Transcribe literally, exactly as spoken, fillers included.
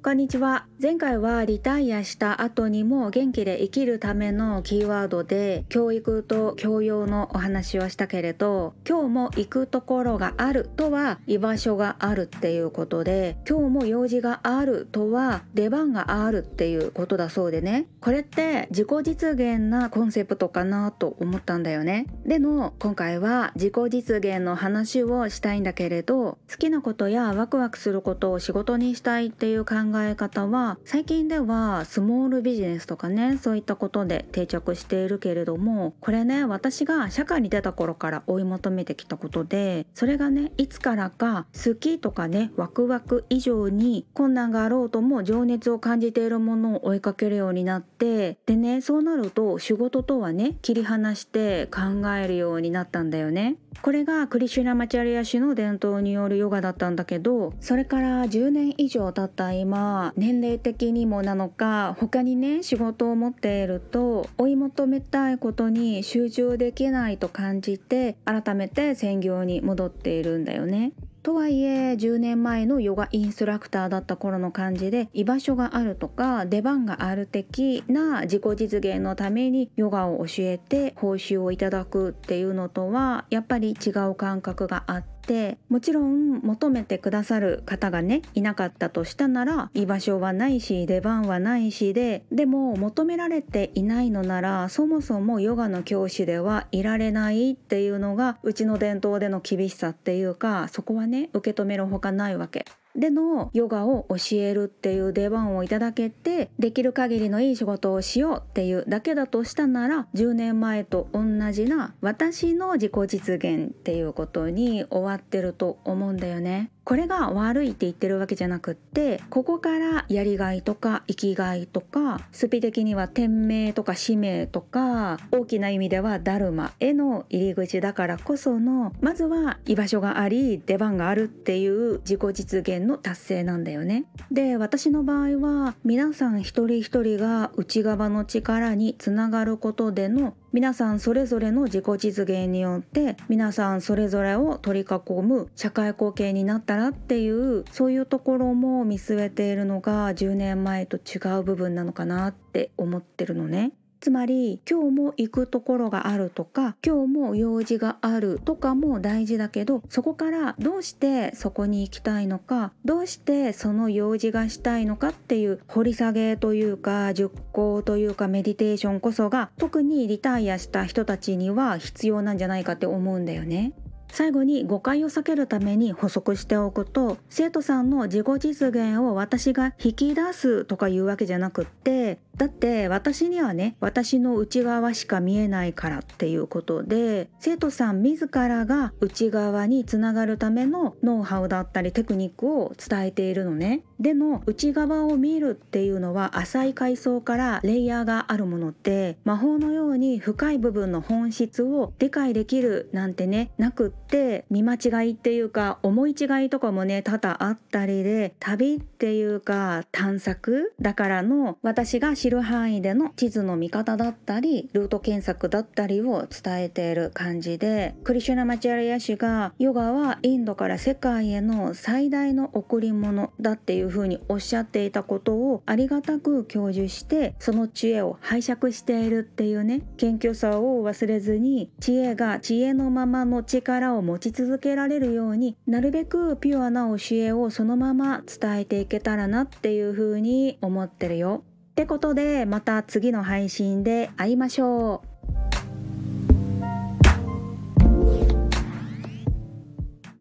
こんにちは。前回はリタイアした後にも元気で生きるためのキーワードで教育と教養のお話をしたけれど、今日も行くところがあるとは居場所があるっていうことで、今日も用事があるとは出番があるっていうことだそうでね。これって自己実現なコンセプトかなと思ったんだよね。でも今回は自己実現の話をしたいんだけれど、好きなことやワクワクすることを仕事にしたいっていう考え方は最近ではスモールビジネスとかね、そういったことで定着しているけれども、これね、私が社会に出た頃から追い求めてきたことで、それがね、いつからか好きとかね、ワクワク以上に困難があろうとも情熱を感じているものを追いかけるようになって、でね、そうなると仕事とはね、切り離して考えるようになったんだよね。これがクリシュナマチャリア氏の伝統によるヨガだったんだけど、それからじゅうねん以上経った今、年齢的にもなのか、他にね仕事を持っていると追い求めたいことに集中できないと感じて、改めて専業に戻っているんだよね。とはいえじゅうねんまえのヨガインストラクターだった頃の感じで居場所があるとか出番がある的な自己実現のためにヨガを教えて報酬をいただくっていうのとはやっぱり違う感覚があって、もちろん求めてくださる方がねいなかったとしたなら居場所はないし出番はないしで、でも求められていないのならそもそもヨガの教師ではいられないっていうのがうちの伝統での厳しさっていうか、そこはね受け止めるほかないわけでの、ヨガを教えるっていう出番をいただけてできる限りのいい仕事をしようっていうだけだとしたなら、じゅうねんまえと同じな私の自己実現っていうことに終わってると思うんだよね。これが悪いって言ってるわけじゃなくって、ここからやりがいとか生きがいとか、スピ的には天命とか使命とか、大きな意味ではダルマへの入り口だからこその、まずは居場所があり出番があるっていう自己実現の達成なんだよね。で、私の場合は皆さん一人一人が内側の力につながることでの、皆さんそれぞれの自己実現によって皆さんそれぞれを取り囲む社会貢献になったらっていう、そういうところも見据えているのがじゅうねんまえと違う部分なのかなって思ってるのね。つまり今日も行くところがあるとか今日も用事があるとかも大事だけど、そこからどうしてそこに行きたいのか、どうしてその用事がしたいのかっていう掘り下げというか熟考というかメディテーションこそが、特にリタイアした人たちには必要なんじゃないかって思うんだよね。最後に誤解を避けるために補足しておくと、生徒さんの自己実現を私が引き出すとかいうわけじゃなくって、だって私にはね私の内側しか見えないからっていうことで、生徒さん自らが内側につながるためのノウハウだったりテクニックを伝えているのね。でも内側を見るっていうのは浅い階層からレイヤーがあるもので、魔法のように深い部分の本質を理解できるなんてねなくって、見間違いっていうか思い違いとかもね多々あったりで、旅っていうか探索だからの私が知る範囲での地図の見方だったりルート検索だったりを伝えている感じで、クリシュナマチャリア氏がヨガはインドから世界への最大の贈り物だっていう風におっしゃっていたことをありがたく享受して、その知恵を拝借しているっていうね、謙虚さを忘れずに知恵が知恵のままの力を持ち続けられるように、なるべくピュアな教えをそのまま伝えていけたらなっていう風に思ってるよ。ってことでまた次の配信で会いましょう。